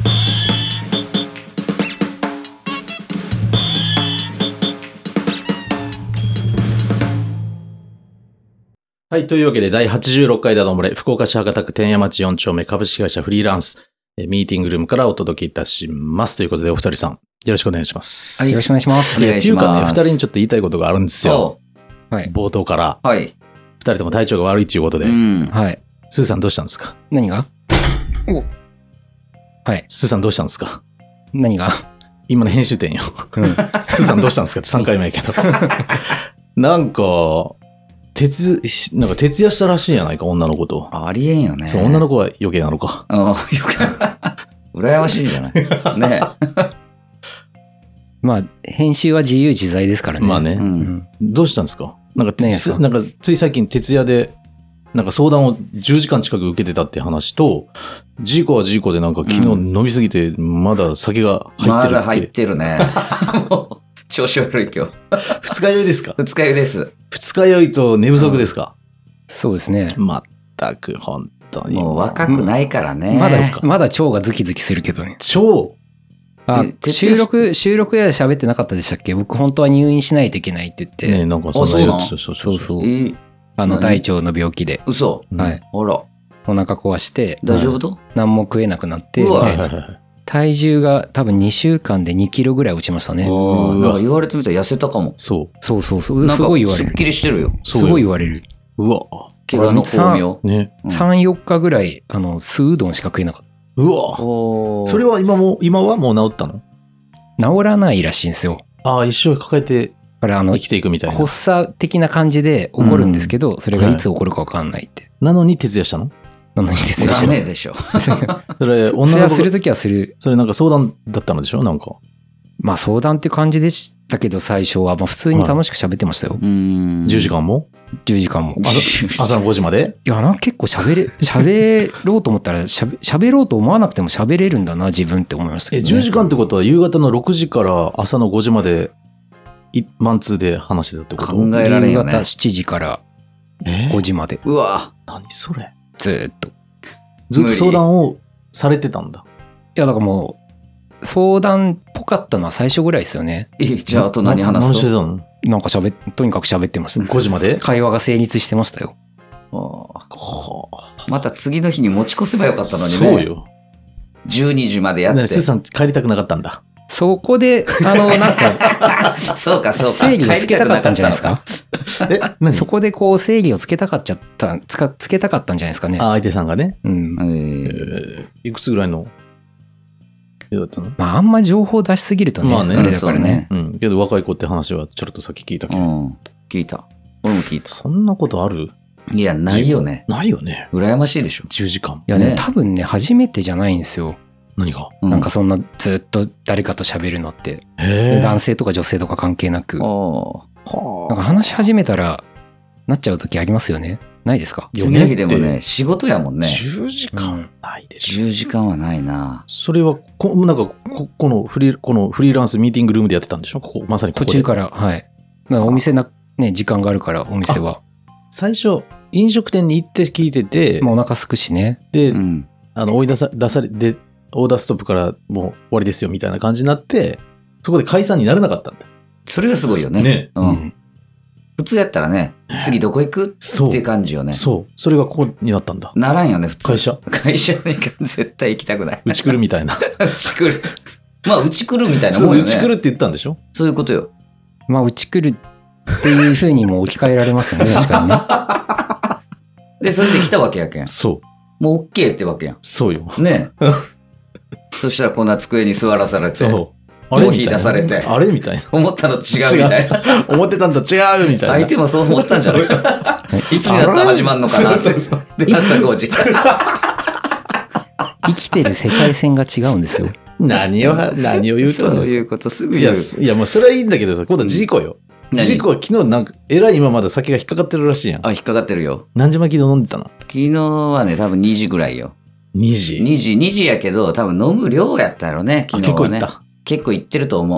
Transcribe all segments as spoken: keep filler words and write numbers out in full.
はい。というわけで、だいはちじゅうろっかいだどもれ、福岡市博多区天山町よん丁目株式会社フリーランス、ミーティングルームからお届けいたします。ということで、お二人さん、よろしくお願いします。 はい。よろしくお願いします。 お願いします。っていうかね、二人にちょっと言いたいことがあるんですよ。はい。冒頭から。 はい。 二人とも体調が悪いということで。 うん。はい。 スーさんどうしたんですか？ 何が？お。はい。 スーさんどうしたんですか？ 何が？ 今の編集点よ。うん。スーさんどうしたんですかってさんかいめやけど。なんか、徹、なんか徹夜したらしいんやないか、女の子と。 ありえんよね。 そう、女の子は余計なのか。 ああ、余計。羨ましいじゃない。ね。まあ、編集は自由自在ですからね。 まあね。うん、どうしたんですか？なんか、 ね、 なんかつい最近徹夜で、なんか相談をじゅうじかん近く受けてたって話と、ジーコはジーコでなんか昨日飲みすぎて、まだ酒が入ってるって、うん、まだ入ってるね。調子悪い今日。 二日酔いですか？ 二日酔いです。 二日酔いと寝不足ですか？ うん、そうですね。 まったく本当に。 もう若くないからね。 まだ、 まだ腸がズキズキするけどね。 腸？ あ、収録、収録で喋ってなかったでしたっけ？僕本当は入院しないといけないって言って。 ねえ、なんかそんなやつ。 そうそうそう。えー、あの大腸の病気で。 嘘？ はい。 あら。 お腹壊して。 大丈夫と？ 何も食えなくなって。体重が多分にしゅうかんでにキロぐらい落ちましたね。 ああ、言われてみたら痩せたかも。 そう。そうそうそう。すごい言われる。 すっきりしてるよ。 すごい言われる。 うわ。 怪我の巧妙。ね。さん、よっかぐらい、あの、酢うどんしか食えなかった。 うわ。それは今も、今はもう治ったの？ 治らないらしいんですよ。 ああ、一生抱えて生きていくみたいな。 発作的な感じで起こるんですけど、それがいつ起こるか分かんないって。 なのに徹夜したの？ なのに徹夜した。 ダメでしょ。それ、女の子徹夜するときはする。 それなんか相談だったのでしょ？なんか。 まあ相談って感じでしたけど、最初は。まあ普通に楽しく喋ってましたよ。 はい、うんじゅうじかんも ? じゅう 時間も。 朝のごじまで？ いや、なんか結構喋れ、喋ろうと思ったら喋、喋ろうと思わなくても喋れるんだな、自分って思いましたけど、ね。 え、じゅうじかんってことは夕方のろくじから朝のごじまで、マンツーで話してたってこと？ 考えられんよね。夕方しちじからごじまで。 えー、うわ何それ？ ずーっと。 ずっと相談をされてたんだ。 いや、だからもう、相談っぽかったのは最初ぐらいですよね。 え、じゃああと何話すと？何してたの？ なんか喋っ、とにかく喋ってました。 ごじまで？ 会話が成立してましたよ。 ああ。 また次の日に持ち越せばよかったのにね。 そうよ。 じゅうにじまでやって。 スーさん帰りたくなかったんだ。 そこで、あの、なんか、 そうか、そうか。 整理をつけたかったんじゃないですか。 え、何？ そこでこう、整理をつけたかっちゃった、つか、つけたかったんじゃないですかね。 あ、相手さんがね。 うん。 えー、いくつぐらいのだったの？ まあ、あんま情報出しすぎるとね。 まあね。 あれだからね。 うん。けど若い子って話はちょっとさっき聞いたけど。うん。聞いた。俺も聞いた。 そんなことある？ いや、ないよね。 ないよね。 羨ましいでしょ。 じゅうじかん。 いやね、多分ね、初めてじゃないんですよ。 何が？ なんかそんなずっと誰かと喋るのって。男性とか女性とか関係なく。なんか話し始めたら、なっちゃう時ありますよね。ないですか？ 次の日でもね、仕事やもんね。 じゅうじかんないでしょ。 じゅうじかんはないな。 それは、こなんかこ、このフリー、このフリーランスミーティングルームでやってたんでしょ？ここ、まさにここで。 途中から、はい。お店な、ね、時間があるから、お店は。 最初、飲食店に行って聞いてて。 もうお腹すくしね。 で、うん、あの、追い出さ、出され、で、オーダーストップからもう終わりですよみたいな感じになって、そこで解散にならなかったんだ。 それがすごいよね。 ね。 うん。普通やったらね、次どこ行くっていう感じよね。 そう。それがここになったんだ。 ならんよね、普通。 会社会社に絶対行きたくない。 うち来るみたいな。 うち来る。まあ、うち来るみたいなもんよね。 うち来るって言ったんでしょ？ そういうことよ。 まあ、うち来るっていう風にも置き換えられますよね、確かにね。 で、それで来たわけやけん。 そう。 もう OK ってわけやん。 そうよ。 ねそしたらこんな机に座らされて、 そうコーヒー出されて、 あれみたいな。 思ったの違うみたいな。 思ってたんと違うみたいな。 相手もそう思ったんじゃないか。いつになったら始まるのかなって。で、朝ごじ。 生きてる世界線が違うんですよ。 何を、何を言うとんですか？ そういうことすぐ言う。 いや、いやもうそれはいいんだけどさ、今度はジーコよ。ジーコは昨日なんか、えらい今まだ酒が引っかかってるらしいやん。 あ、引っかかってるよ。 何時巻きで飲んでたの？ 昨日はね、多分にじぐらいよ。 にじ ?に時、にじやけど、多分飲む量やったやろね、昨日はね。結構いった。結構いってると思う。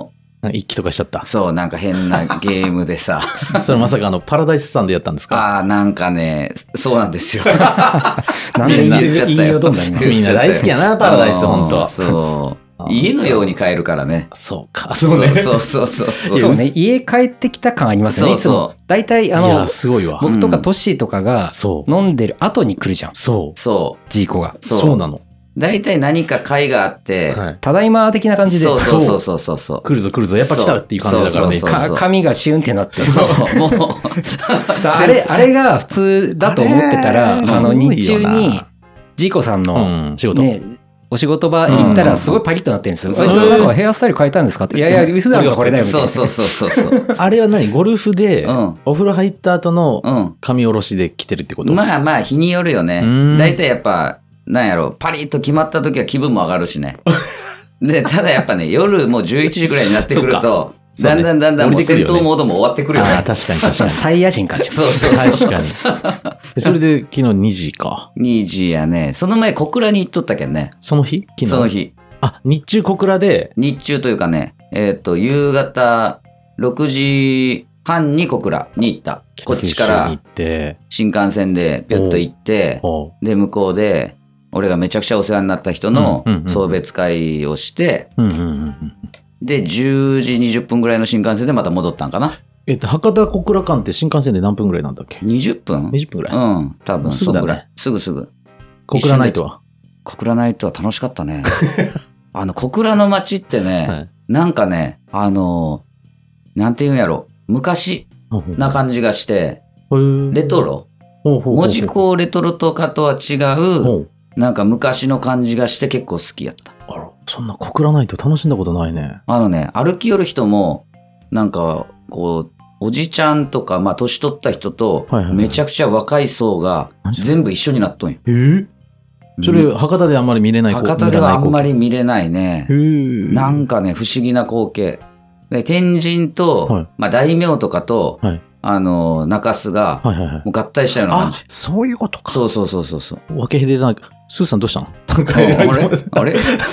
一気とかしちゃった。 そう、なんか変なゲームでさ。 それまさかあの、パラダイスさんでやったんですか？ ああ、なんかね、そうなんですよ。 なんで言っちゃったよ。言いよどんだ今。 みんな大好きやな、パラダイス、ほんと。 そう。家のように帰るからね。 そうか。 そうね。そうそうそう。 そうね。家帰ってきた感ありますね。そうそう。大体、あの、 いや、すごいわ。 僕とかトッシーとかが飲んでる後に来るじゃん。 そう。 そう。 ジーコが。 そうなの。 大体何か会があって、 はい、ただいま的な感じで。 そうそうそうそうそう。 来るぞ来るぞ。やっぱ来たっていう感じだからね。 そうそうそうそう髪がシュンってなって。 そう、もう。 あれ、あれが普通だと思ってたら、あの、日中に、ジーコさんの、 仕事。 ね、お仕事場行ったらすごいパリッとなってるんですよ。そうそうそう。ヘアスタイル変えたんですかって。いやいや、薄だろこれだよみたいな。 そうそうそうそう。 あれは何ゴルフで、お風呂入った後の髪下ろしで来てるってこと？ まあまあ、日によるよね。大体やっぱ、なんやろ、パリッと決まった時は気分も上がるしね。で、ただやっぱね、夜もうじゅういちじぐらいになってくると、だんだんだんだんもう戦闘モードも終わってくるよね。 ああ、確かに確かに。 サイヤ人か。 そうそうそう。確かに。それで昨日にじか。 にじやね。その前小倉に行っとったけんね。 その日？昨日。 その日。 あ、日中小倉で。 日中というかね、えっと、夕方ろくじはんに小倉に行った。こっちから新幹線でぴょっと行って、で、向こうで、俺がめちゃくちゃお世話になった人の送別会をして、で、じゅうじにじゅっぷんぐらいの新幹線でまた戻ったんかな。 えっと、博多小倉間って新幹線で何分ぐらいなんだっけ？ にじゅっぷん ? にじゅっぷんぐらい。 うん、多分すぐだね。 そんぐらい。すぐすぐ。 小倉ナイトは小倉ナイトは楽しかったね。あの、小倉の街ってね、はい、なんかね、あの、なんていうんやろ、昔な感じがして、レトロ。文字工レトロとかとは違う、なんか昔の感じがして結構好きやった。 あら、そんな小倉ナイト楽しんだことないね。 あのね、歩き寄る人も、なんか、こう、おじちゃんとか、まあ、年取った人と、めちゃくちゃ若い層が全部一緒になっとんよ。 えー、それ、博多であんまり見れない博多ではあんまり見れないね。なんかね、不思議な光景。で、天神と、はい、まあ、大名とかと、はい、あの、中洲が、もう合体したような感じ。 あ、そういうことか。 そうそうそうそうそう。 分け隔てなく、スーさんどうしたの？ あれあれ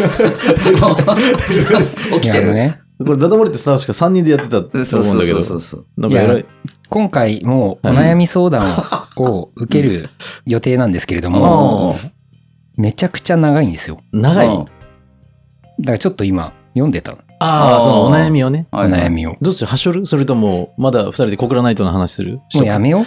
起きてるね。 これ、ダダ漏れって確かさんにんでやってたと思うんだけど。そうそうそうそう。なんか偉い。 今回もお悩み相談を受ける予定なんですけれども、めちゃくちゃ長いんですよ。 長い？だからちょっと今、読んでたの。 ああ、そのお悩みをね。 お悩みを。 どうする？はしょる？それとも、まだ二人で小倉ナイトの話する？ もうやめよう。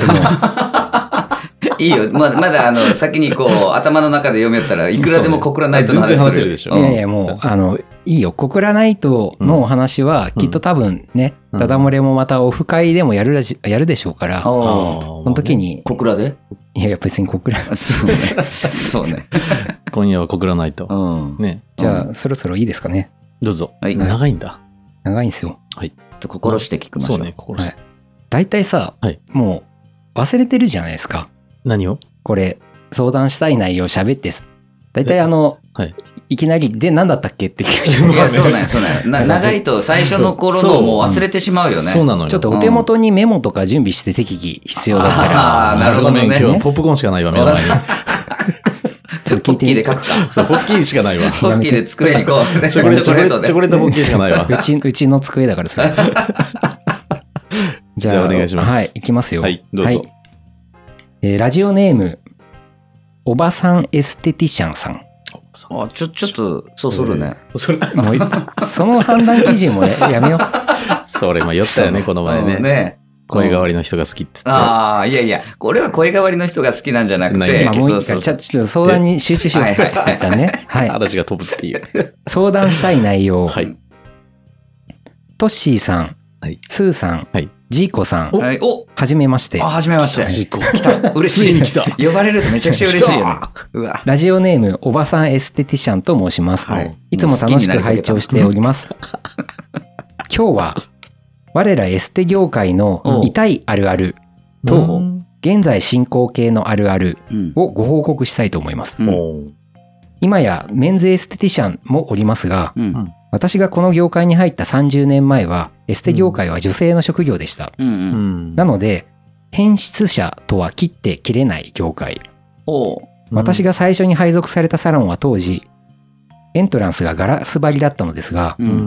いいよ。まだ、まだ、あの、先にこう、頭の中で読みよったらいくらでも小倉ナイトの話するでしょ。 いやいや、もう、あの、いいよ。小倉ナイトのお話は、きっと多分ね、ダダ漏れもまたオフ会でもやるらし、やるでしょうから、その時に。 小倉で？ いやいや、別に小倉。 そうね。そうね。 今夜は小倉ナイト。ね。 じゃあ、そろそろいいですかね。 どうぞ。長いんだ。 長いんですよ。 はい。 心して聞きましょう。 そうね、心して。 大体さ、もう、忘れてるじゃないですか。 何を？ これ、相談したい内容喋ってす。大体あの、はい、いきなり、で、何だったっけって聞くじゃん。 いや、そうなんや、そうなんや。長いと最初の頃のもう忘れてしまうよね。 そうなのよ。 ちょっとお手元にメモとか準備して適宜必要だったら。 ああ、なるほどね。 今日はポップコーンしかないわ、目の前に。 ちょっとポッキーで書くか。 ポッキーしかないわ。 ポッキーで机にこう、 チョコレートで。チョコレートポッキーしかないわ。 うち、うちの机だからそれ。 じゃあお願いします。 はい、いきますよ。 はい、どうぞ。はい、 えー、ラジオネーム、おばさんエステティシャンさん。 あ、ちょ、ちょっと、そうするね。 それもうその判断基準もね、やめよう。 それも言ったよね、この前ね。ね。声変わりの人が好きって言って。 ああ、いやいや、これは声変わりの人が好きなんじゃなくて。 まあもういいから、ちょっと相談に集中しよう。一旦ね。はい。 話が飛ぶっていう。 相談したい内容。はい。トッシーさん、スーさん、ジーコさん、おはじめまして。 あ、はじめまして。 ジーコ。 来た。嬉しい。来た。呼ばれるとめちゃくちゃ嬉しいよね。 うわ。ラジオネーム、おばさんエステティシャンと申します。はい。いつも楽しく拝聴しております。今日は、我らエステ業界の痛いあるあると、現在進行形のあるあるをご報告したいと思います。うん、今やメンズエステティシャンもおりますが、うん、私がこの業界に入ったさんじゅうねんまえは、エステ業界は女性の職業でした。うんうん、なので、変質者とは切って切れない業界。お私が最初に配属されたサロンは当時、エントランスがガラス張りだったのですが、うん、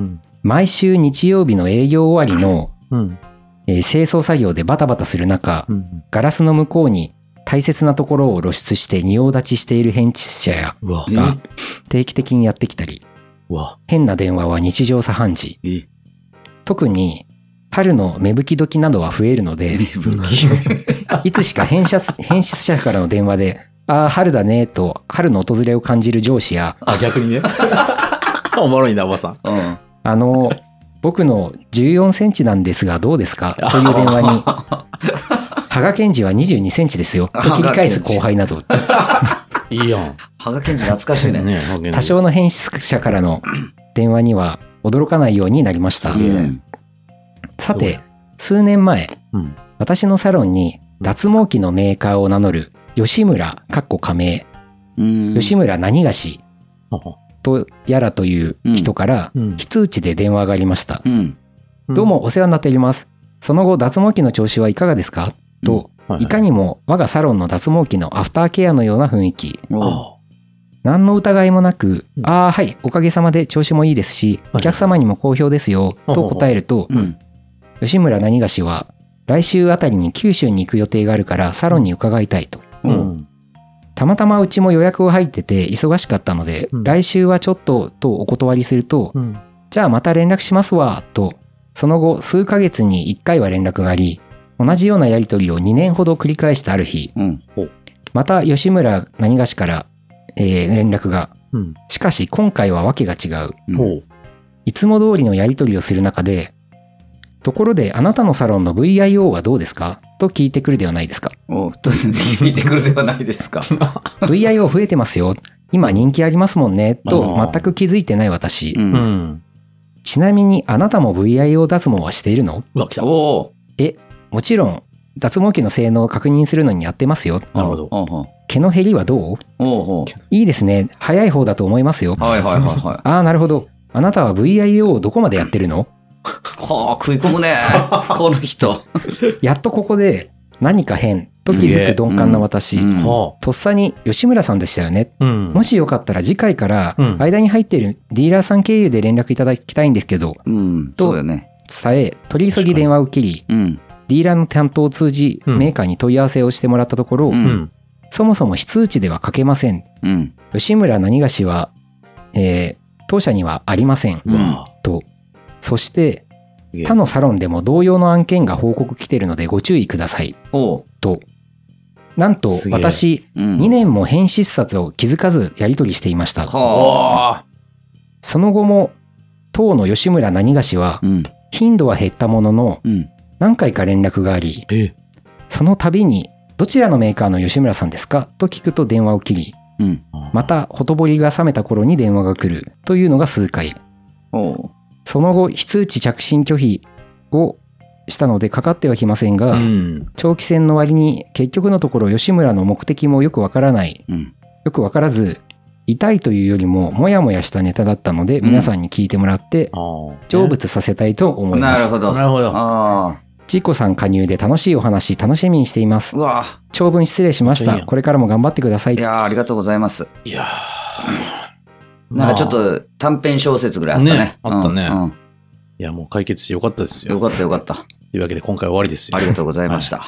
毎週日曜日の営業終わりの、 うんえー清掃作業でバタバタする中、 うんガラスの向こうに大切なところを露出して仁王立ちしている返事者やうわが定期的にやってきたり、 うわ変な電話は日常茶飯事。 え特に春の芽吹き時などは増えるので、 芽吹きいつしか返社返出者からの電話で、ああ、春だねと春の訪れを感じる上司や、 あ逆にねおもろいなおばさん。 うんあの、僕のじゅうよんセンチなんですがどうですかという電話に、羽賀健二はにじゅうにセンチですよと切り返す後輩など、 いいやん。 羽賀健二懐かしいね。 ね多少の返出者からの電話には驚かないようになりましたす。げえうんさて、数年前、 うん私のサロンに脱毛器のメーカーを名乗る吉村かっこ仮名、 うん吉村何がしとやらという人からうん非通知で電話がありました。 うんどうもお世話になっております。その後脱毛器の調子はいかがですかと、いかにも我がサロンの脱毛器のアフターケアのような雰囲気。 おうあ何の疑いもなく、 うんああはいおかげさまで調子もいいですし、お客様にも好評ですよと答えると、 うん吉村何がしは来週あたりに九州に行く予定があるからサロンに伺いたいと。 ううんんたまたまうちも予約を入ってて忙しかったので、 うん来週はちょっととお断りすると、 うんじゃあまた連絡しますわと、その後数ヶ月にいっかいは連絡があり、同じようなやり取りをにねんほど繰り返したある日、 うんまた吉村何がしから、えー連絡が。 うんしかし今回はわけが違う。 うんほういつも通りのやり取りをする中で、ところであなたのサロンの ブイアイオー はどうですかと聞いてくるではないですか。 おうと聞いてくるではないですか。 ブイアイオー 増えてますよ。今人気ありますもんね。とあー全く気づいてない私。 ううんんちなみにあなたも ブイアイオー 脱毛はしているの？ うわ来た。なおうもちろん脱毛器の性能を確認するのにやってますよ。 るほど。 おうおう毛の減りはどう？ おうおういいですね。早い方だと思いますよ。 はいはいはいはい。 ああ、なるほど。あなたは ブイアイオー をどこまでやってるの？ はあ、食い込むね。この人。 やっとここで何か変と気づく鈍感な私。 うんはとっさに吉村さんでしたよね。 あうんもしよかったら次回からうん間に入っているディーラーさん経由で連絡いただきたいんですけど、 うん、 とそうだよね。 伝え、取り急ぎ電話を切り、 うん。 ディーラーの担当を通じうんメーカーに問い合わせをしてもらったところ、 うんうんそもそも非通知ではかけません。 うん。 吉村何がしは、えー当社にはありません。 うんうわと。そして、 すげえ他のサロンでも同様の案件が報告来ているのでご注意ください。 おう。 と。なんとすげえ私、 うん。 にねんも返失札を気づかずやり取りしていました。 はあ。 その後も、当の吉村何がしは、 うん。 頻度は減ったものの、 うん。 何回か連絡があり、 えその度に、どちらのメーカーの吉村さんですかと聞くと電話を切り、 うん。 また、ほとぼりが冷めた頃に電話が来るというのが数回。 おう。 その後、非通知着信拒否をしたのでかかってはきませんが、 うん長期戦の割に結局のところ吉村の目的もよくわからない、 うん。 よくわからず、痛いというよりもモヤモヤしたネタだったので、 ん皆さんに聞いてもらって、 あー成仏させたいと思います。 なるほど。 なるほど。 ああ。 ちいこさん加入で楽しいお話楽しみにしていますう。わ長文失礼しました。 いいよこれからも頑張ってくださいい。やーありがとうございます。 いやーなんかちょっと短編小説ぐらいあったね。 ねあったねうんうんいや、もう解決してよかったですよ。 よかったよかった。 というわけで今回終わりですよ。 ありがとうございました。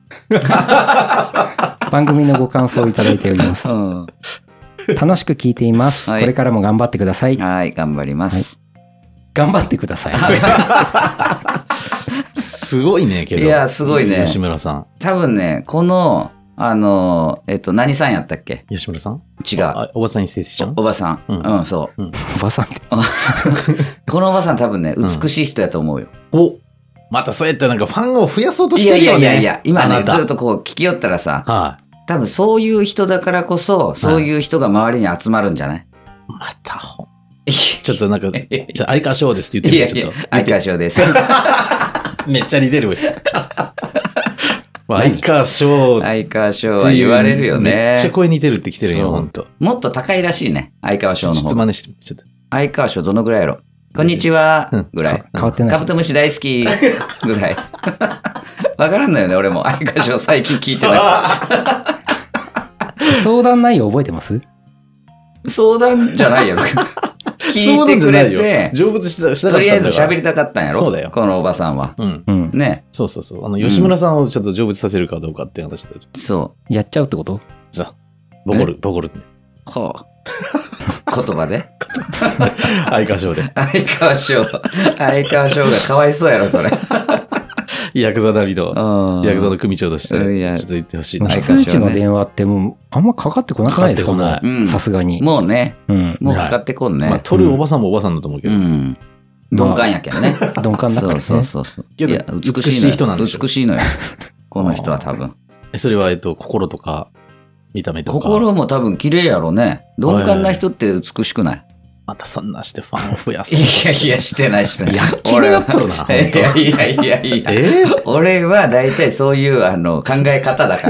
番組のご感想をいただいております。 うん楽しく聞いています。 はいこれからも頑張ってください。 はい、頑張ります。 頑張ってください。 すごいね、けど。 いやすごいね吉村さん。 多分ね、この、あの、えっと、何さんやったっけ吉村さん違う。 あおばさんに捨ててちゃんおばさん。 ううんん、そう。 おばさんって。 このおばさん多分ね、 ん美しい人やと思うよ。 おまたそうやってなんかファンを増やそうといやいしてるよね。 やいやいや、今ね、 あなたずっとこう聞き寄ったらさ、 はい。 多分そういう人だからこそ、そういう人が周りに集まるんじゃないまたほん。 ちちょっとなんか、ちょっと相川翔ですって言いやいやってみて、ちょっ、 相川翔です。 と。めっちゃ似てるわ。まあ相川翔って相川翔いうは言われるよめねっちゃ。声似てるってきてるよ、 そうほんと。 もっと高いらしいね、相川翔の方が。 ちょっと真似してみて、ちょっと。 相川翔どのぐらいやろこんにちはうん、 ぐらい。 変わってないカブ。トムシ大好き、ぐらい。わからんのよね、俺も。相川翔最近聞いてな相談内容覚えてます？ い。相談じゃないよ。聞聞いてくれて、 成仏した、したかったんだよ。 とりあえず喋りたかったんやろ。 そうだよ。 このおばさんは。 うん。 ね。 そうそうそう。あの、吉村さんをちょっと成仏させるかどうかっていう話だよ。 そう。 やっちゃうってこと？ さあ、ボコる、ボコる。 ほう。言葉で相川翔で。 相川翔。相川翔がかわいそうやろ、それ。 ヤクザなりの、ヤクザの組長として、ちょっと言ってほしいな。 非通知の電話ってもう、あんまかかってこなくないですかね。さすがに。 もうね。もうかかってこんね。 まあ、取るおばさんもおばさんだと思うけど。 鈍感やけどね。 鈍感だからね。 そうそうそう。 いや、美しい人なんでしょ。 美しいのよ。この人は多分。 それは、えっと、心とか、見た目とか。 心も多分綺麗やろね。鈍感な人って美しくない？ またそんなしてファンを増やす。 いやいや、してないしてない。 いや、気になっとるな。いやいやいやいや。えー、俺は大体そういうあの考え方だから。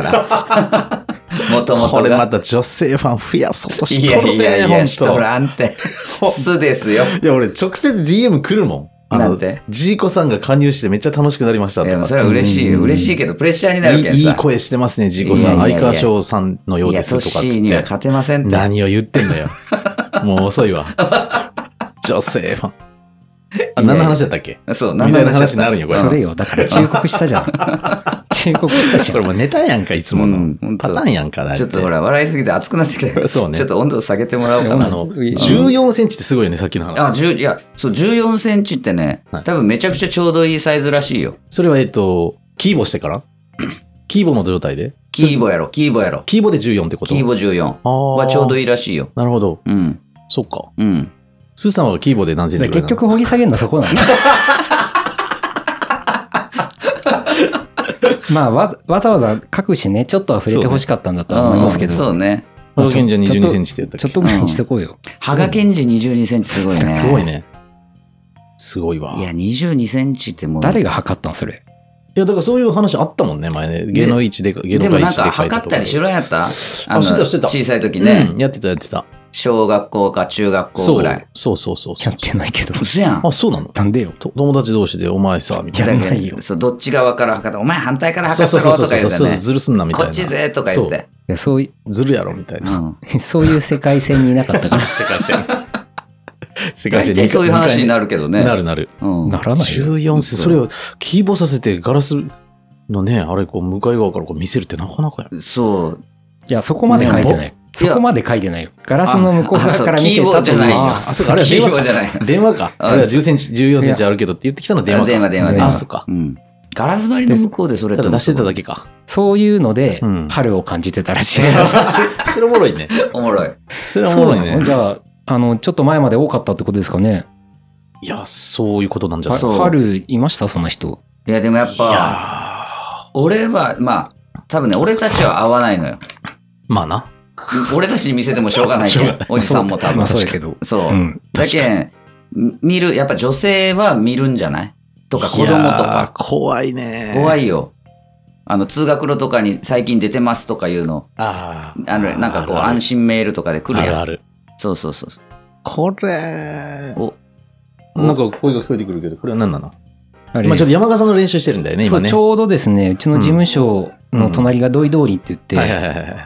もともと。 これまた女性ファン増やそうとしとるね。 いやいやいや、しとらんて。素ですよ。 いや、俺直接 ディーエム 来るもん。 なんでジーコさんが加入してめっちゃ楽しくなりましたとか。 いや、それは嬉しいよ。嬉しいけど、プレッシャーになるけどさ。 いい声してますね、ジーコさん。相川翔さんのようですとかっつって。 いや、トッシーには勝てませんって。 何を言ってんだよ。もう遅いわ。女性ファン。あ、何の話だったっけ？ そう、 何の話になるんよ、これ。 それよ。だから忠告したじゃん。忠告したし。 これもうネタやんか、いつもの。パターンやんか、 ちょっとほら、笑いすぎて熱くなってきた。そうね。ちょっと温度下げてもらおうかな。 あの、じゅうよんセンチってすごいよね、さっきの話。 あ、じゅう、いや、そう、じゅうよんセンチってね、多分めちゃくちゃちょうどいいサイズらしいよ。 それは、えっと、キーボしてからキーボの状態でキーボやろ、キーボやろ。 キーボでじゅうよんってこと？ キーボじゅうよんはちょうどいいらしいよ。 なるほど。 うん。 そっか。 うん。 スーさんはキーボで何センチぐらいなの？ 結局掘り下げるのはそこなの。まあわ、わざわざ書くしね、ちょっとは触れてほしかったんだと思いますけど。 そうね。 ハガケンジにじゅうにセンチってやったっけ？ ちょっとぐらいにしとこうよ。 ハガケンジにじゅうにセンチすごいね。 すごいね。すごいわ。 いや、にじゅうにセンチってもう。 誰が測ったのそれ？ いや、だからそういう話あったもんね、前ね。芸能位置で、芸能でもなんか測ったりしろんやった？あ、 してたしてた。 小さい時ね。 やってたやってた。 小学校か中学校ぐらい。 そうそうそうそう。 やってないけど。 嘘やん。 あ、そうなの？ なんでよ。 友達同士でお前さ、みたいな。 やんないよ。 そう、どっち側から測った。お前反対から測ったろとか言ってね。 そうそうそう、ずるすんなみたいな。 こっちぜとか言って。 いや、そういう。 ずるやろみたいな。 そういう世界線にいなかったから。 世界線。 世界線に。そういう話になるけどね。 なるなる。 ならないよ。 じゅうよんセンチ、それをキーボさせてガラスのね、あれこう向かい側からこう見せるってなかなかや。 そう。 いや、そこまで書いてない。そこまで書いてないよ。ガラスの向こう側から見せたという。 あ、 そうか、あれは電話じゃない。電話か。あれはじゅうセンチ、じゅうよんセンチあるけどって言ってきたのは電話か。 電話、電話、電話。 あ、そっか。 うん。ガラス張りの向こうでそれと出してただけか。 そういうので、春を感じてたらしいです。 それおもろいね。 おもろい。 それおもろいね。 じゃあ、あの、ちょっと前まで多かったってことですかね。 いや、そういうことなんじゃない？ 春いましたその人。 いや、でもやっぱ、俺は、まあ、多分ね、俺たちは合わないのよ。 まあな。 俺たちに見せてもしょうがないけど、おじさんも多分。 まあそうやけど。 そう。だけん、見る、やっぱ女性は見るんじゃないとか子供とか。 怖いね。 怖いよ。あの、通学路とかに最近出てますとかいうの。ああ。あの、なんかこう、安心メールとかで来るやん。あるある。そうそうそう。 これ、お、なんか声が聞こえてくるけど、これは何なの？今ちょっと山川さんの練習してるんだよね、今ね。 そう、ちょうどですね、うちの事務所の隣が土井通りって言って、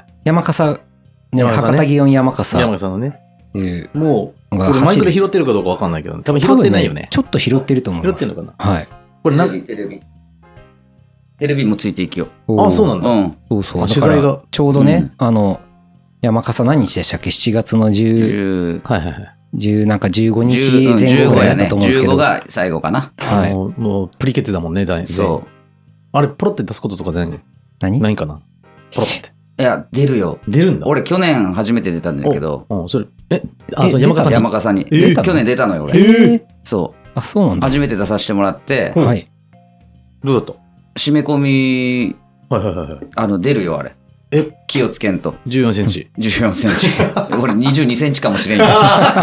山笠、ね、博多祇園山笠。 山笠のね。もう、これマイクで拾ってるかどうかわかんないけど、多分拾ってないよね。 ちょっと拾ってると思います。 拾ってるのかな？はい。 これなんか、テレビ。テレビもついていきよ。 あ、そうなんだ。 うん。 そうそう。 取材が。 ちょうどね、あの、山笠何日でしたっけ？ しち 月のじゅう、 はいはいはい。 じゅう、なんかじゅうごにちぜん後ぐらいだったと思うんですけど。 じゅうごが最後かな。 はい。 もう、プリケツだもんね、だいそう。 あれ、ポロって出すこととかないの？ 何？ ないかな？ポロって。 いや、出るよ。 出るんだ。 俺、去年初めて出たんだけど。 うん、それ、え、あ、そう、山笠に。 山笠に。去年出たのよ、俺。 えー、 そう。 あ、そうなんだ。 初めて出させてもらって。 はい。 どうだった？ 締め込み、 はいはいはい。 あの、出るよ、あれ。 え、 気をつけんと。 じゅうよんセンチ。 じゅうよんセンチ。俺にじゅうにセンチかもしれんよ。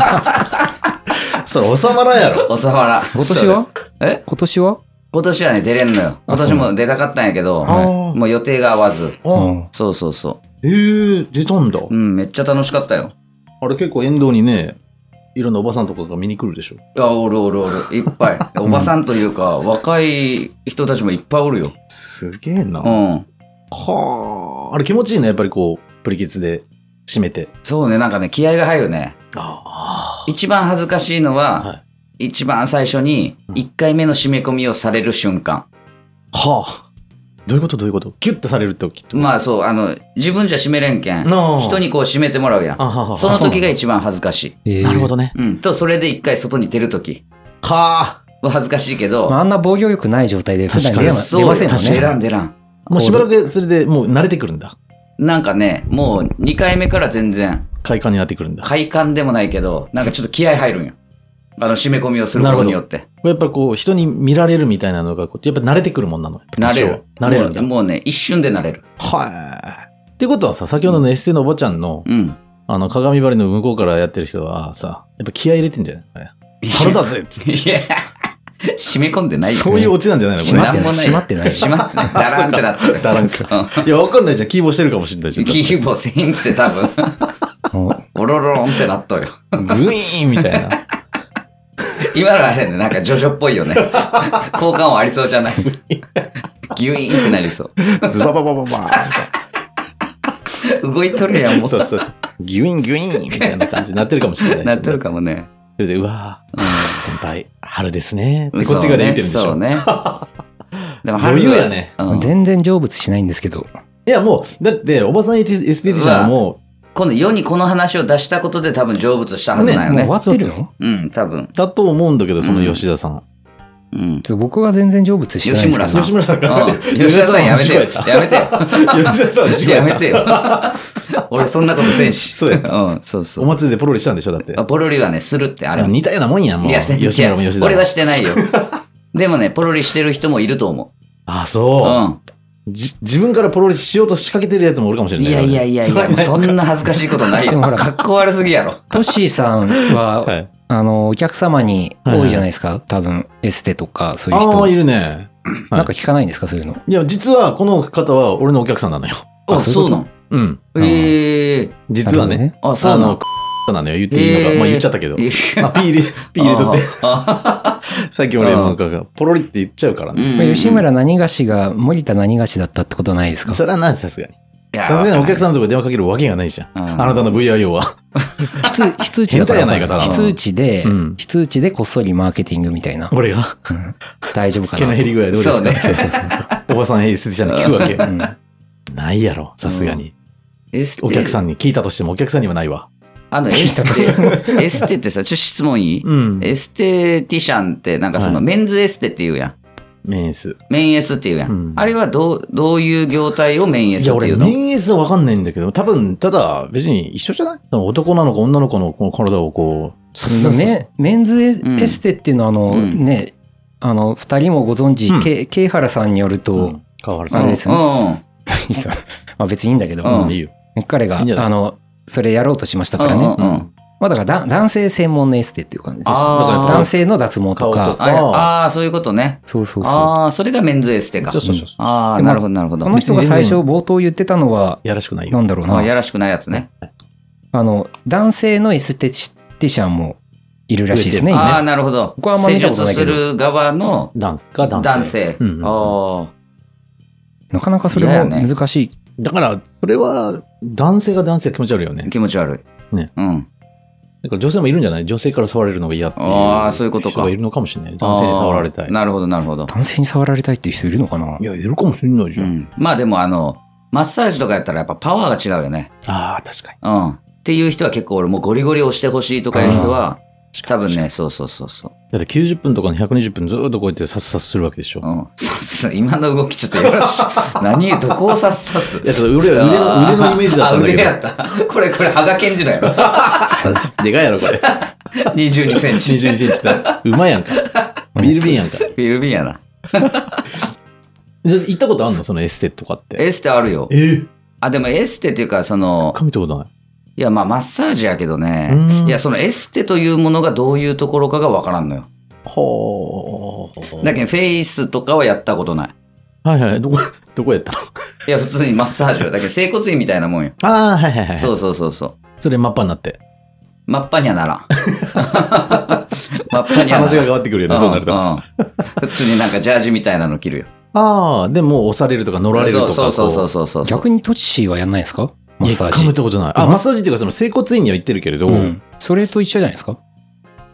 それ、収まらんやろ。 収まらん。 今年は？ え？ 今年は？ 今年はね、出れんのよ。今年も出たかったんやけど、もう予定が合わず。そうそうそう。 えー、出たんだ。 うん、めっちゃ楽しかったよ。 あれ結構沿道にね、いろんなおばさんとかが見に来るでしょ。 いや、おるおるおる。いっぱい。おばさんというか、若い人たちもいっぱいおるよ。 すげえな。 うん。 はあ。あれ気持ちいいね、やっぱりこう、プリケツで締めて。 そうね、なんかね、気合が入るね。 ああ。 一番恥ずかしいのは、はい、一番最初にいっかいめの締め込みをされる瞬間。 はあ。どういうことどういうことキュッとされるときって。 まあそう、あの、自分じゃ締めれんけん。人にこう締めてもらうやん。その時が一番恥ずかしい。なるほどね。 うん。と、それで一回外に出るとき。 はあ。恥ずかしいけど。 まあ、あんな防御力ない状態で普段出ませんもんね。 出らん出らん。 もうしばらくそれでもう慣れてくるんだ。 なんかね、もうにかいめから全然。 快感になってくるんだ。 快感でもないけど、なんかちょっと気合入るんよ。あの、締め込みをすることによって。 やっぱりこう、人に見られるみたいなのが、やっぱ慣れてくるもんなの。 慣れる。 慣れるんだ。 もうね、一瞬で慣れる。 はい。ってことはさ、先ほどのエステのおばちゃんの、うん、あの、鏡張りの向こうからやってる人はさ、やっぱ気合入れてんじゃない腹だぜっつって。いや、 締め込んでないよ、ね。 そういうオチなんじゃないのこれ。 閉まってない。 閉まってない。ダランってなってる。 ダランか。いや、わかんないじゃん。キーボーしてるかもしれないじゃん。 キーボーせんして多分。おろろろんってなったよ。 グイーンみたいな。 今のあれね、なんかジョジョっぽいよね。効果音ありそうじゃないギュイーンってなりそう。 ズバババババーン。動いとるやん、もう。 そうそうそう。ギュインギュインみたいな感じになってるかもしれないし、ね。 なってるかもね。 それで、うわぁ、うん、先輩、春ですね。ってこっちがで言ってるんでしょ。 そうね。 でも余裕やね、 うん。全然成仏しないんですけど。 いや、もう、だって、おばさんエステティシャンはもう、 今度世にこの話を出したことで多分成仏したはずなんよね。 ねもう終わってるの？ うん、多分。 だと思うんだけど、その吉田さん。 うん。ちょっと僕は全然成仏してないんですけど。 吉村さん。吉村さんか。 吉田さんやめてよ。やめてよ。 吉田さん事故やめてよ。俺そんなことせんし。 そうや。 うん、そうそう。 お祭りでポロリしたんでしょだって。 ポロリはね、するってあれ。 似たようなもんやん、もう。 いや、吉村も吉田。 俺はしてないよ。でもね、ポロリしてる人もいると思う。 あ、そう。うん。じ、自分からポロリしようと仕掛けてるやつもおるかもしれない。 いやいやいやいや、そんな恥ずかしいことないよ。かっこ悪すぎやろ。 トッシーさんは、はい、あの、お客様に多いじゃないですか。はいはい、多分、エステとか、そういう人。 ああ、いるね。 なんか聞かないんですか、そういうの。 いや、実はこの方は俺のお客さんなのよ。 あ、そうなの？ うん。 へえ。 実はね。 あ、そうなの？ なのよ。言っていいのか。まあ言っちゃったけど。あ、ピー入れ、ピー入れとって。さっき俺もポロリって言っちゃうからね。 吉村何がしが森田何がしだったってことはないですか？ それはない、さすがに。さすがにお客さんのところ電話かけるわけがないじゃん。あなたの ブイアイオー は。 非通知だから。非通知で、 うん、 非通知でこっそりマーケティングみたいな。 俺が、 うん、大丈夫かな。 毛の減り具合どうですか？ そうね。 そうそうそうそう。 おばさんエステティシャンに聞くわけ。うん、ないやろ、さすがに。うん、お客さんに聞いたとしてもお客さんにはないわ。 あのエステ、エステってさ、ちょっと質問いい？うん、エステティシャンってなんかそのメンズエステって言うやん。 メンエス。 メンエスって言うやん。うん、あれはどう、どういう業態をメンエスっていうの？ いや、俺メンエスはわかんないんだけど、多分、ただ別に一緒じゃない？男なのか女の子のこの体をこう、 さすがメ, メンズエステっていうのはあの、うん、ね、あの、二人もご存知、うん、けケイハラさんによると、うん、 川原さん。 あれですね。うん、まあ別にいいんだけど、 うん、いいよ。 彼が、あの、それやろうとしましたからね。うんうんうん、まあだから男性専門のエステっていう感じです。だから男性の脱毛とか。 ああ、そういうことね。 そうそうそう。 ああ、それがメンズエステか。 そうそうそう。 ああ、なるほどなるほど。 この人が最初冒頭言ってたのは、 やらしくないよ。 なんだろうな。 やらしくないやつね。 あの、男性のエステティシャンもいるらしいですね。 ああ、なるほど。ここはあんまり見たことないけど。施術する側の男性か男性。ああ。 なかなかそれも難しい。 だから、それは、男性が男性は気持ち悪いよね。 気持ち悪い。 ね。 うん。 だから女性もいるんじゃない？女性から触られるのが嫌っていう。 ああ、そういうことか。 人がいるのかもしれない。男性に触られたい。 なるほど、なるほど。 男性に触られたいっていう人いるのかな？ いや、いるかもしれないじゃん。うん、 まあでも、あの、マッサージとかやったらやっぱパワーが違うよね。 ああ、確かに。 うん。っていう人は結構俺もうゴリゴリ押してほしいとかいう人は、多分ね、そうそうそうそう。 だってきゅうじゅっぷんとかのひゃくにじゅっぷんずっとこうやってサスサスするわけでしょ。 うん。今の動きちょっとよろしい。何どこをサスサス。 いや、ちょっと腕の、腕のイメージだったんだけど。 あ、腕やった。これ、これ、羽賀健二のやろ。 でかいやろ、これ。 にじゅうにセンチ。 にじゅうにセンチだ。うまいやんか。ビール瓶やんか。 ビール瓶やな。 行ったことあんのそのエステとかって。 エステあるよ。 えあ、でもエステっていうか、その。 見たことない。 いや、まあ、マッサージやけどね。いや、そのエステというものがどういうところかがわからんのよ。 ほー。だけど、フェイスとかはやったことない。 はいはい。どこ、どこやったの？ いや、普通にマッサージは。だけど、整骨院みたいなもんよ。 ああ、はいはいはい。 そうそうそうそう。 それ、マッパになって。 マッパにはならん。マッパにはならん。 話が変わってくるよね、そうなると。うん。 普通になんかジャージみたいなの着るよ。 ああ、でも押されるとか乗られるとか。 そうそうそうそうそう。 逆にトチシーはやんないですか？マッサージ。 いや、見たことない。あ、マッサージっていうか、その整骨院には行ってるけれど、うん、 それと一緒じゃないですか？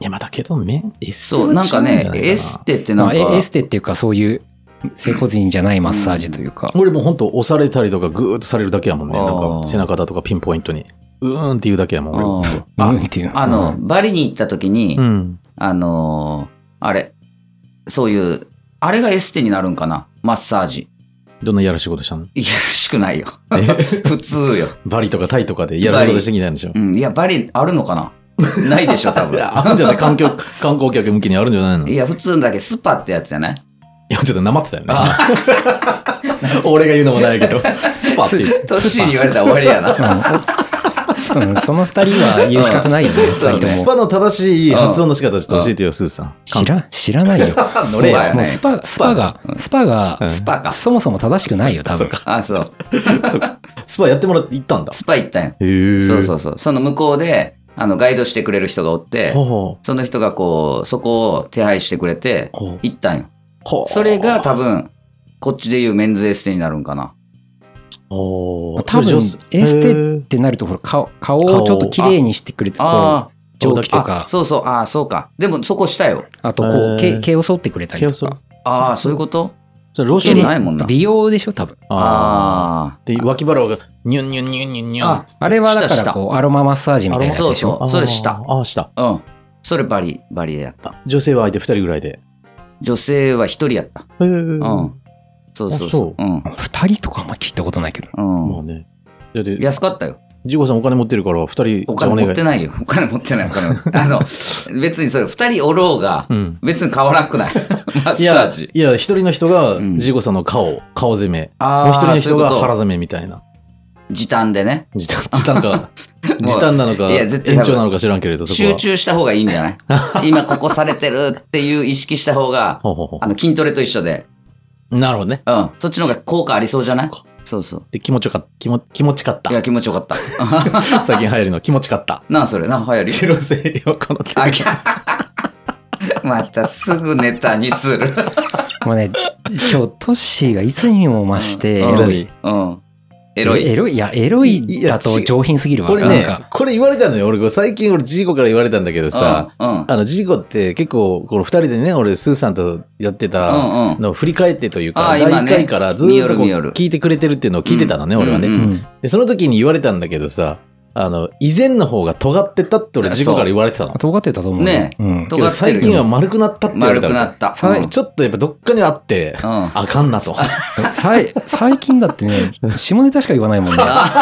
いや、まあだけど、メン、エステそう、なんかね、 は違うんじゃないかなエステってなんか、 まあエステっていうかそういう整骨院じゃないマッサージというか。 俺も本当押されたりとかグーッとされるだけやもんね。 あーなんか背中だとかピンポイントに。うーんっていうだけやもん、俺も。 あ、 あうんっていうの。 あの、 うんバリに行った時に、 うん。 あのーあれ、そういう、あれがエステになるんかな、マッサージ。 どんないやらしいことしたの？ いやらしくないよ。 え普通よ。 バリとかタイとかでいやらしいことしてきたんでしょ？ うん。いや、バリあるのかなないでしょ、多い分。 や、あるんじゃない観光観光客向きにあるんじゃないの？いいや、普通だけスパってやつじゃないや、ちょっとなまってたよね。俺が言うのもないけど、スパって言って。 トッシーに言われたら終わりやな。 うん、その二人は言う資格ないよね、 うん二人とも。 スパの正しい発音の仕方ちょっと教えてよ、スーさん。 知ら、知らないよ。 乗れやそうやねもうスパ、スパが、スパが、 うんスパか。 そもそも正しくないよ、多分。 あ、そう。 そうかスパやってもらって行ったんだ。 スパ行ったんよ。 へー。 そうそうそう。その向こうで、あの、ガイドしてくれる人がおって、 ほうほその人がこう、そこを手配してくれて、 うほう行ったんよ。 ほうそれが多分、こっちでいうメンズエステになるんかな。 おー多分、エステっへーてなると、ほら、顔、顔をちょっと綺麗にしてくれて、こあう、蒸気とあ、 か、 そうそう、ああ、そうか。でもそこしたよ。 あと、こへーう、毛、毛を剃ってくれたり毛を剃るとか。 ああ、そういうことじゃあローション毛ないもんな。 美容でしょ、多分。 ああーで、脇腹がニュンニュンニュンニュンニュン。 ああれはだかしたしたら、こう、アロママッサージみたいなやつでしょ。 そうそれしたあー、した。 あ、うん。それバリ、バリでやった。 女性は相手二人ぐらいで。 女性は一人やった。 へーうん。そうそうそう。うん。 二人とかあんま聞いたことないけど。 うん。 まあね。だって、 安かったよ。 ジゴさんお金持ってるから、二人、 お金持ってい。 ないよ。お金持ってない。お金持ってないあの、別にそれ二人おろうが、 うん。 別に変わらんくないマッいやサージ、。 いや、一人の人がうんジゴさんの顔、顔攻め。 あもう一人の人そういうことが腹攻めみたいな。 時短でね。 時短、時短か。時短なのか、 いや絶対延長なのか知らんけれど、そこは。 集中した方がいいんじゃない今ここされてるっていう意識した方が、 ほうほうほあの筋トレと一緒で、 うなるほどね。 うん。そっちの方が効果ありそうじゃないそっかそうそう。 で、気持ちよかった。気も気持ちかったい。や、気持ちよかった。 最近流行りの気持ちかった。 なんそれな、流行り。 広末涼子のあ、きゃまたすぐネタにする。 もうね、今日トッシーがいつにも増してエうんロい。 うん。エロい。 エロいいや、エロいだと上品すぎるわ。 これねなんか、 これ言われたのよ。俺、最近俺、ジーコから言われたんだけどさ、 うん、うん。 あの、ジーコって結構、この二人でね、俺、スーさんとやってたうんうんのを振り返ってというあか、だいいっー今ねかいからず見っとこうよる見よる聞いてくれてるっていうのを聞いてたのね、俺はね。 うんうんで、その時に言われたんだけどさ、あの、以前の方が尖ってたって俺、ジーコから言われてたの。 尖ってたと思うよ。 ねうん。 けど尖ってるよ最近は丸くなったって言われ丸たのくなった。 さうんちょっとやっぱどっかにあって、 うんあかんなと。 さい最近だってね、下ネタしか言わないもんね。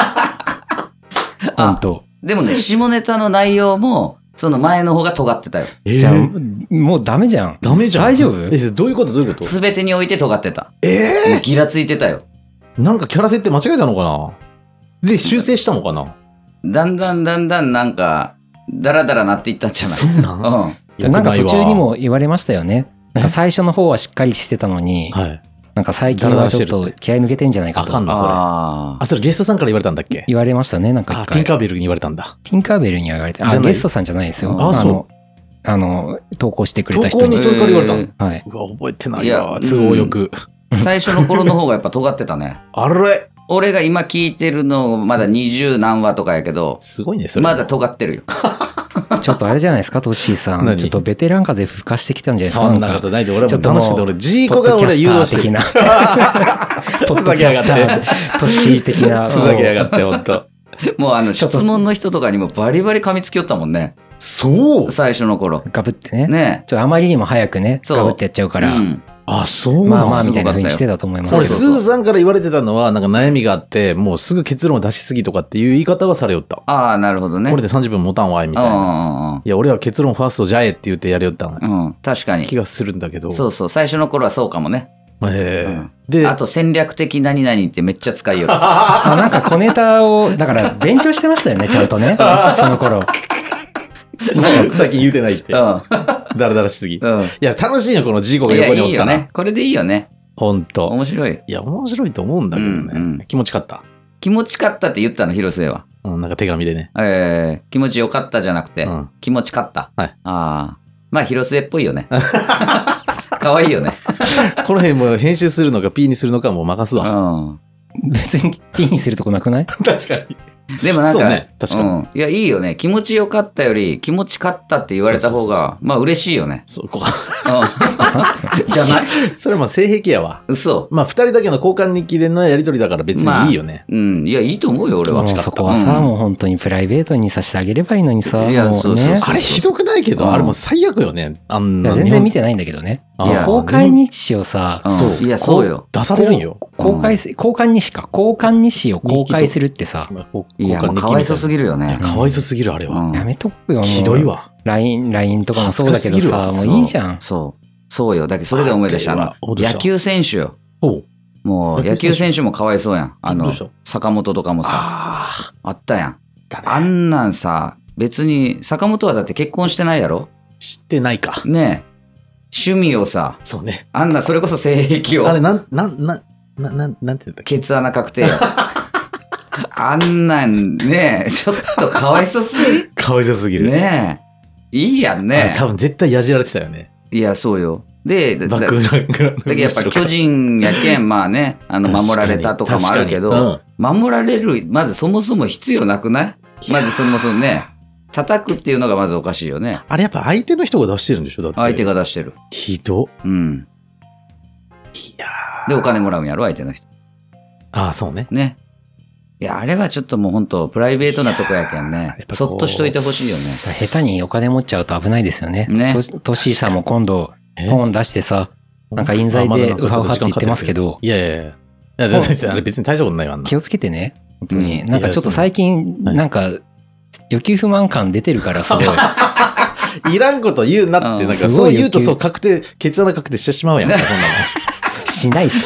ほんと。 でもね、下ネタの内容も、その前の方が尖ってたよ。 えじゃあ、 ーもうダメじゃん。 ダメじゃん。 大丈夫え、どういうことどういうことすべてにおいて尖ってた。 えもうギラついてたよ。 ー、なんかキャラ設定間違えたのかなで、修正したのかなだんだんだんだんなんか、ダラダラなっていったんじゃないそうなんうん。 なんか途中によも言われましたよね。なんか最初の方はしっかりしてたのにく、ないわ。はい。 なんか最近はちょっと気合い抜けてんじゃないかとあかんな、それ。 ああ、それゲストさんから言われたんだっけ言われましたね、なんかあ、 一回。 ティンカーベルに言われたんだ。 ティンカーベルには言われて、あ、 じゃないゲストさんじゃないですよ。 あそうの、あの、投稿してくれた人に投稿に。それから言われたのえはい。 うわ、覚えてないいやわ。都合よく。 ー最初の頃の方がやっぱ尖ってたね。 あれ俺が今聞いてるのまだ二十何話とかやけど、 すごいね、それ。 まだ尖ってるよ。 ちょっとあれじゃないですか、トッシーさん。 何ちょっとベテラン風吹かしてきたんじゃないですか。 そんなことないで、俺はもう楽しくて、俺、ジーポコが俺ッドキャスタ誘導してる。 ー的な。ポッドキャスター、トッシー的な。 ふざけやがって、ほんと。 もうあのちょっと質問の人とかにもバリバリ噛みつきよったもんね。 そう最初の頃。 ガブってね。 ねちょっとあまりにも早くね、 そうガブってやっちゃうから、 うん。 あ、そうまあなんまあみたいな風にしてたと思います俺、 けど。 スーさんから言われてたのは、なんか悩みがあって、もうすぐ結論を出しすぎとかっていう言い方はされよった。 ああ、なるほどね。 これでさんじゅっぷん持たんわい、みたいな。いや、俺は結論ファーストじゃえって言ってやりよったの。 うんうん。うん。確かに。 気がするんだけど。 そうそう。最初の頃はそうかもね。 ええうんで、 あと戦略的何々ってめっちゃ使いよる。 あ、なんか小ネタを、だから勉強してましたよね、ちゃんとね。その頃。 最近言うてないって。 うだらだらしすぎ。いん。うん。 や、楽しいよ、このジーコがいや、 横におったら。 いいよね。これでいいよね。 ほんと。 面白い。 いや、面白いと思うんだけどね。 うんうん気持ちかった。 気持ちかったって言ったの、広末は。 うん、なんか手紙でね。 えー、気持ちよかったじゃなくて、 うん気持ちかった。 はいああ。まあ、広末っぽいよね。可愛いよね。 この辺も編集するのか P にするのかもう任すうわ。 ん。 別に P にするとこなくない？ 確かに。 でもなんか、 そうね、確かに。 うん。いや、いいよね。気持ちよかったより、気持ち勝ったって言われた方が、まあ嬉しいよね。 そう、こうんじゃないそれはまあ性癖やわ。 嘘。 まあ二人だけの交換日記でのやりとりだから別にいいよね。 まあ、うん。いや、いいと思うよ、俺は。 もうそこはさ、うん、もう本当にプライベートにさせてあげればいいのにさ。 いや、 もうね、 そうそうそうあれひどくないけど、うん、あれもう最悪よね。あんな。 いや、全然見てないんだけどね。 いや、 公開日誌をさ、 うん、そう。いや、そうよ。 出されるんよ。 公開、交換日誌か。交換日誌を公開するってさ。 いや、もうかわいそすぎるよね。 かわいそすぎる、あれは。 うん、やめとくよ、もう。 ひどいわ。 ライン、ライン とかもそうだけどさ、もういいじゃん。 そう。そうよ。だけど、それで思い出した。あの、野球選手よ。もう、野球選手もかわいそうやん。あの、坂本とかもさ、あったやん。あんなんさ、別に、坂本はだって結婚してないやろ？ 知ってないか。 ねえ。趣味をさ、 そうね。 あんな、それこそ性癖を。 あれ、なん、なん、なん、な、なん、なんて言ったっけ？ ケツ穴確定。あんなんね、ちょっとかわいそすぎかわいそすぎる。 ねえ。いいやんね。 多分絶対やじられてたよね。 いや、そうよ。で、 バックグラウンド。 だけどやっぱ巨人やけん、まあね、あの、守られたとかもあるけど、うん、守られる、まずそもそも必要なくない？まずそもそもね、叩くっていうのがまずおかしいよね。 あれやっぱ相手の人が出してるんでしょ？だって。 相手が出してる。 ひど。 うん。 いやーで、お金もらうんやろ、相手の人。 ああ、そうね。 ね。いや、あれはちょっともう本当プライベートなとこやけんね。そっとしといてほしいよね。 下手にお金持っちゃうと危ないですよね。 ね。 トッシーさんも今度、本出してさ、なんか印材でウハウハって言ってますけど。 いやいやいや。いや、別にあれ別に大したことないわ。 気をつけてね。本当に。なんかちょっと最近、なんか、欲求不満感出てるからすごい。 いらんこと言うなって、なんかそう言うとそう確定、ケツ穴確定してしまうやんか、そんなの。 しないし。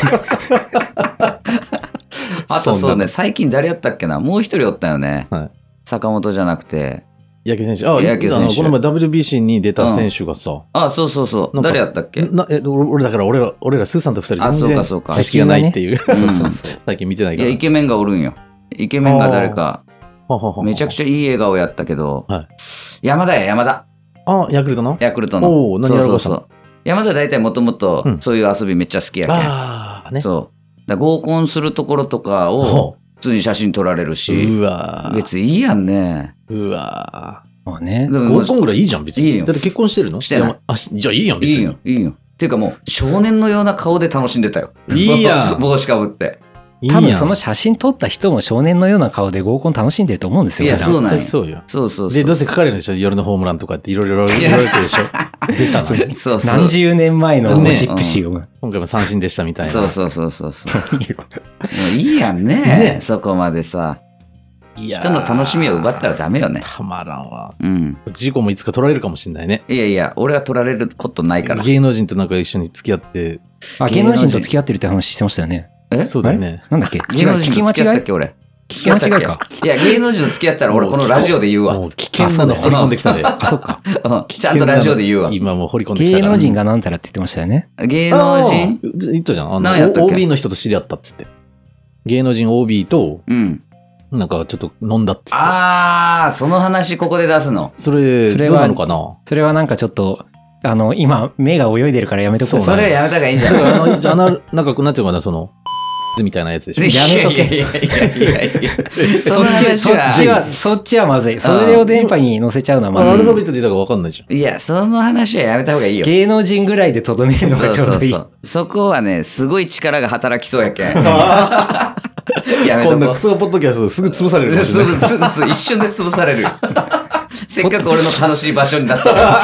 あとそうね、最近誰やったっけな、もう一人おったよね。はい、坂本じゃなくて。 野球選手。あ、野球選手。この前 ダブリュービーシー に出た選手がさ。うん、 あ、そうそうそう。誰やったっけなえ俺だから俺ら、俺らスーさんと二人全然知識がないっていう。そうそうそう。最近見てないから。 いや、イケメンがおるんよ。イケメンが誰か。めちゃくちゃいい笑顔やったけど。はい、山田や、山田。 あ、ヤクルトのヤクルトの。 おお、何やろうしたの？ 山田大体もともとそういう遊びめっちゃ好きやけん。 ああ、ね。 そう。だ合コンするところとかを普通に写真撮られるし。 うわ別にいいやんね。 うわまあね。 合コンぐらいいいじゃん、別に。 いいよ。 だって結婚してるの？ してない。 あ、じゃあいいやん、別に。 いいよ、いいよ。っていうかもう、少年のような顔で楽しんでたよ。 いいやん。 帽子かぶって。 多分その写真撮った人も少年のような顔で合コン楽しんでると思うんですよ。 いや、そうなんそうよ。 そうそうそう。 で、どうせ書かれるんでしょ？夜のホームランとかっていろいろ言われてるでしょ？出たの。 そうそう。 何十年前のゴシップ誌を。 今回も三振でしたみたいな。 そうそうそうそうそう。もういいやんね。そこまでさ。人の楽しみを奪ったらダメよね。 たまらんわ。 うん。 事故もいつか取られるかもしれないね。 いやいや、俺は取られることないから。 芸能人となんか一緒に付き合って。 あ、芸能人と付き合ってるって話してましたよね。 えそうだよね。 なんだっけ？ 芸能人と付き合ったっけ俺。 聞き間違いか。 いや、芸能人と付き合ったら俺このラジオで言うわ。 もう危険なの掘り込んできたで。 あ、そっか。 ちゃんとラジオで言うわ。 今もう掘り込んできた。 芸能人がなんたらって言ってましたよね。 芸能人言ったじゃん。あの、 何やったっけ？ オービー の人と知り合ったっつって。芸能人 オービー と、うん。なんかちょっと飲んだって言って。 あー、その話ここで出すの。 それ、どうなのかな？ それはなんかちょっと、あの、今、目が泳いでるからやめとく。 それはやめた方がいいんじゃない？ あの、じゃあ、なんか、なんていうのかな、その、みたいなやつでしょ。 やめとけ。 いやいやいやいやそっち、そっちは、そっちはまずい。それを電波に乗せちゃうのはまずい。 アルファベットで言ったか分かんないじゃん。 いや、その話はやめた方がいいよ。 芸能人ぐらいでとどめるのがちょうどいい。 そうそうそう。そこはね、すごい力が働きそうやけん。やめとこう。 今度クソポッドキャストすぐ潰されるかもしれない。 一瞬で潰される。せっかく俺の楽しい場所になったから。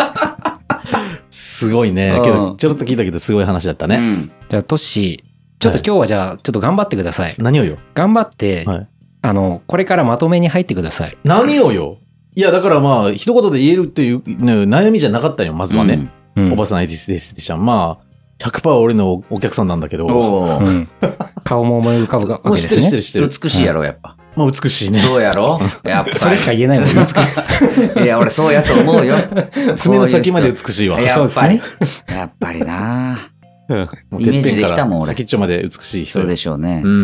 すごいね。けど、ちょろっと聞いたけどすごい話だったね。うん、 じゃあ、トッシー。ちょっと今日はじゃあ、ちょっと頑張ってください。 何をよ。 頑張って、はい、あの、これからまとめに入ってください。 何をよ。いや、だからまあ、一言で言えるっていう、ね、悩みじゃなかったよ、まずはね。うん、おばさんエディスデスティシャン。まあ、ひゃくパーセント 俺のお客さんなんだけど。うん、 顔も思い浮かぶわけですね。 知ってる知ってる知ってる。 美しいやろ、やっぱ。 まあ、美しいね。 そうやろやっぱそれしか言えないもん。 いや、俺そうやと思うよ。 爪の先まで美しいわ。 やっぱり。やっぱりなイメージできたもん、俺。 先っちょまで美しい人。 そうでしょうね。 うん。うん、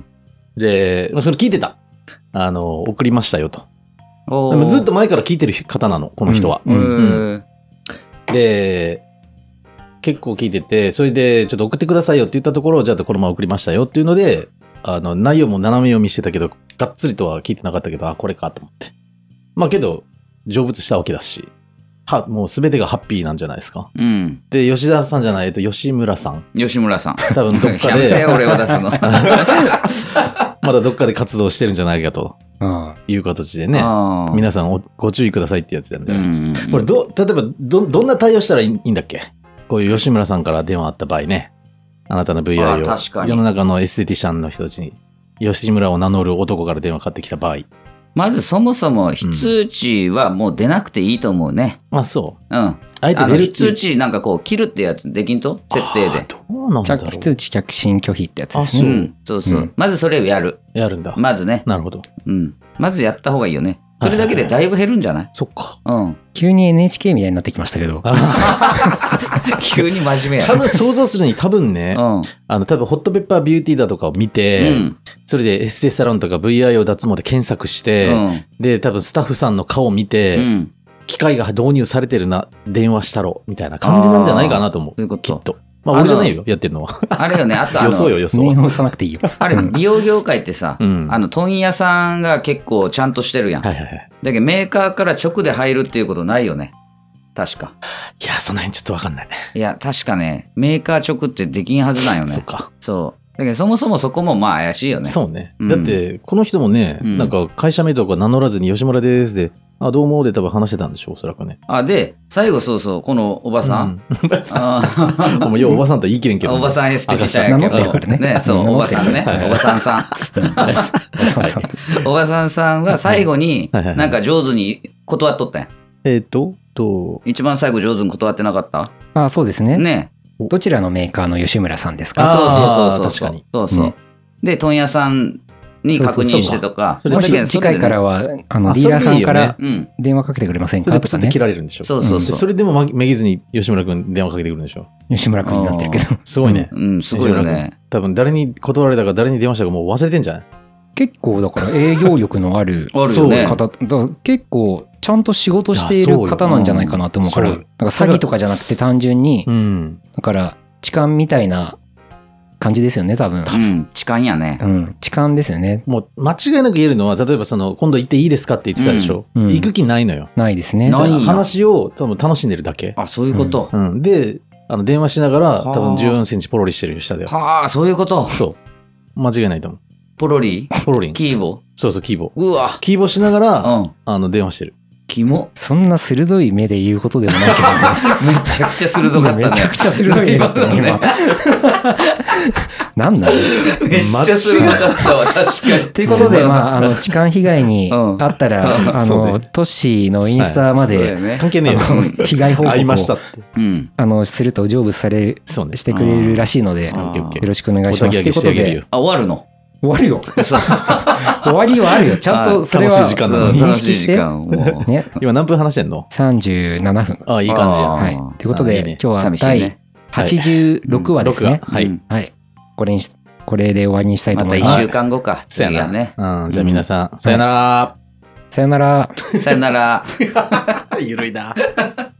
で、それ聞いてた。あの、送りましたよと。でもずっと前から聞いてる方なの、この人は。うんうん、で、結構聞いてて、それでちょっと送ってくださいよって言ったところ、じゃあこのまま送りましたよっていうので、あの、内容も斜め読みしてたけど、 がっつりとは聞いてなかったけど、あ、これかと思って。まあけど、成仏したわけだし、は、もうすべてがハッピーなんじゃないですか。 うん。 で、吉田さんじゃない、えっと、吉村さん。 吉村さん。 多分どっかやめで、 て俺を出すの。 まだどっかで活動してるんじゃないかという形でね、皆さんおご注意くださいってやつなんで。うんうん、これど、例えばど、どんな対応したらいいんだっけ？こういう吉村さんから電話あった場合ね、あなたの ブイアイ を世の中のエステティシャンの人たちに、吉村を名乗る男から電話かかってきた場合。 まずそもそも非通知はもう出なくていいと思うね。 うん、あ、そう。 うん。 あえて出るっていう。 非通知なんかこう切るってやつできんと設定で。 どうなんだろう。 非通知着信拒否ってやつですね。 そう、うん、そうそう、うん。まずそれをやる。 やるんだ。 まずね。 なるほど。 うん。まずやった方がいいよね。それだけでだいぶ減るんじゃない？ そっか。 うん。 急に エヌエイチケー みたいになってきましたけど。 急に真面目や。 多分想像するに多分ね、うん、あの多分ホットペッパービューティーだとかを見て、うん、それでエステサロンとか ブイアイオー 脱毛で検索して、うん、で多分スタッフさんの顔を見て、うん、機械が導入されてるな、電話したろみたいな感じなんじゃないかなと思う。 そういうこと。 きっと。まあ俺じゃないよ、やってるのは。 あれよね、あとあの、 予想よ、予想。 念を押さなくていいよ。 あれ、美容業界ってさ、うん、あの、問屋さんが結構ちゃんとしてるやん。はいはいはい。だけどメーカーから直で入るっていうことないよね。確か。 いや、その辺ちょっとわかんないね。 いや、確かね、メーカー直ってできんはずなんよね。 そっか。 そう。だけどそもそもそこもまあ怪しいよね。 そうね。うん、だって、この人もね、うん、なんか会社名とか名乗らずに吉村ですで、あ、どうもで多分話してたんでしょう、おそらくね。 あ、で、最後そうそう、このおばさん。 うん、おばさん。もうようおばさんと言い切れんけど、ね。 おばさんエステティシャンやけど。 ね。 ね、そう、おばさんね。おばさんさん。おばさんさんは最後に、なんか上手に断っとったんや。 えっと、と。 一番最後上手に断ってなかった？ あ、そうですね。 ね。 どちらのメーカーの吉村さんですか？ そうそうそう。 確かに。 そうそう。で、問屋さんに確認してとか。 もし次回からは、あの、ディーラーさんから電話かけてくれませんかとかね。 切られるんでしょ。 そうそうそう。 それでもめげずに吉村くん電話かけてくるんでしょ。 吉村くんになってるけど。 すごいね。 うん、すごいよね。 多分誰に断られたか誰に電話したかもう忘れてんじゃない？ 結構だから営業力のある方、結構ちゃんと仕事している方なんじゃないかなと思うから、なんか詐欺とかじゃなくて単純に、だから痴漢みたいな感じですよね、多分。 うん、痴漢やね。 うん、痴漢ですよね。 もう間違いなく言えるのは、例えばその、今度行っていいですかって言ってたでしょ。うん、行く気ないのよ。 ないですね。 話を多分楽しんでるだけ。 あ、そういうこと。 うん。うん、で、あの電話しながら、多分じゅうよんセンチポロリしてるよ、下では。 はあ、そういうこと。 そう。間違いないと思う。 ポロリポロリン。 キーボそうそう、キーボ。 うわ。 キーボしながら、うん、あの、電話してる。 キモ。 そんな鋭い目で言うことでもないけど、 ね、めちゃくちゃ鋭かったね。 めちゃくちゃ鋭い目だったね、今。なんなの？ めっちゃ鋭かったわ、確かに。 ということで、まあ、あの、痴漢被害にあったら、うん、あの、トッシーのインスタまで、 はいね、関係ねえよ。 被害報告を、 会いましたって。 うん、あの、すると成仏され、ね、してくれるらしいので、よろしくお願いします。ということで、 あ、終わるの？ 終わるよ。終わりはあるよ。ちゃんとそれは認識して。 ね、今何分話してんの？ さんじゅうななふん。 ああ、いい感じや。 はい。ということで、いいね、今日は第はちじゅうろくわですね。 はい。 はい。これにし、これで終わりにしたいと思います。 またいっしゅうかんごか。 そうやね。うん。じゃあ皆さん、さよなら。 さよなら。 さよなら。 ゆるいな。